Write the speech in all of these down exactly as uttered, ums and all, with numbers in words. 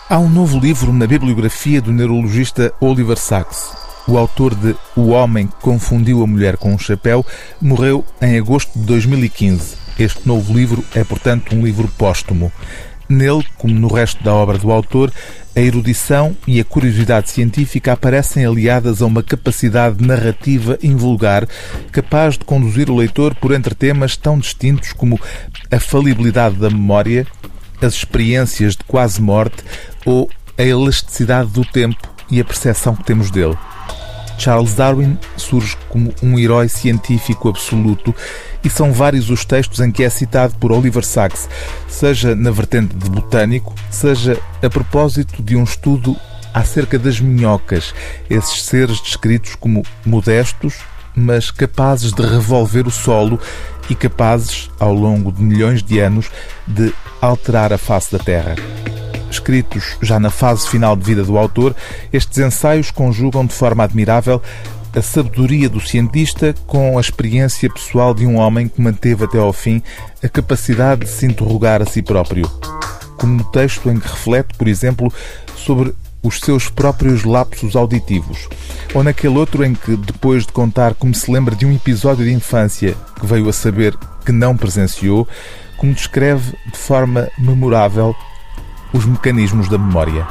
Há um novo livro na bibliografia do neurologista Oliver Sacks. O autor de O Homem que Confundiu a Mulher com um Chapéu morreu em agosto de dois mil e quinze. Este novo livro é, portanto, um livro póstumo. Nele, como no resto da obra do autor, a erudição e a curiosidade científica aparecem aliadas a uma capacidade narrativa invulgar, capaz de conduzir o leitor por entre temas tão distintos como a falibilidade da memória, as experiências de quase morte ou a elasticidade do tempo e a percepção que temos dele. Charles Darwin surge como um herói científico absoluto e são vários os textos em que é citado por Oliver Sacks, seja na vertente de botânico, seja a propósito de um estudo acerca das minhocas, esses seres descritos como modestos, mas capazes de revolver o solo e capazes, ao longo de milhões de anos, de alterar a face da Terra. Escritos já na fase final de vida do autor, estes ensaios conjugam de forma admirável a sabedoria do cientista com a experiência pessoal de um homem que manteve até ao fim a capacidade de se interrogar a si próprio. Como no texto em que reflete, por exemplo, sobre os seus próprios lapsos auditivos, ou naquele outro em que, depois de contar como se lembra de um episódio de infância que veio a saber que não presenciou, como descreve de forma memorável os mecanismos da memória.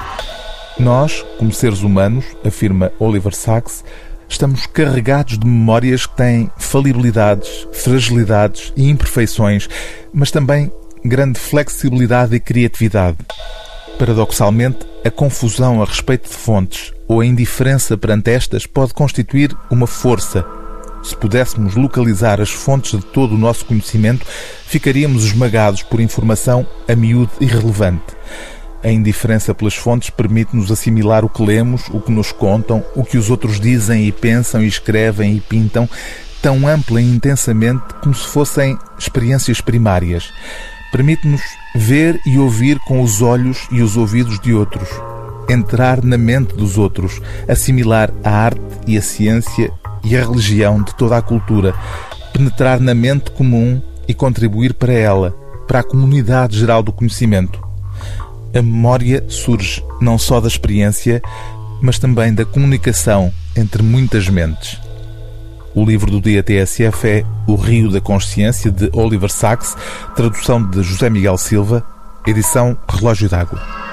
Nós, como seres humanos, afirma Oliver Sacks, estamos carregados de memórias que têm falibilidades, fragilidades e imperfeições, mas também grande flexibilidade e criatividade. Paradoxalmente, a confusão a respeito de fontes ou a indiferença perante estas pode constituir uma força. Se pudéssemos localizar as fontes de todo o nosso conhecimento, ficaríamos esmagados por informação a miúdo irrelevante. A indiferença pelas fontes permite-nos assimilar o que lemos, o que nos contam, o que os outros dizem e pensam e escrevem e pintam, tão ampla e intensamente como se fossem experiências primárias. Permite-nos ver e ouvir com os olhos e os ouvidos de outros, entrar na mente dos outros, assimilar a arte e a ciência e a religião de toda a cultura, penetrar na mente comum e contribuir para ela, para a comunidade geral do conhecimento. A memória surge não só da experiência, mas também da comunicação entre muitas mentes. O livro do dia T S F é O Rio da Consciência, de Oliver Sacks, tradução de José Miguel Silva, edição Relógio d'Água.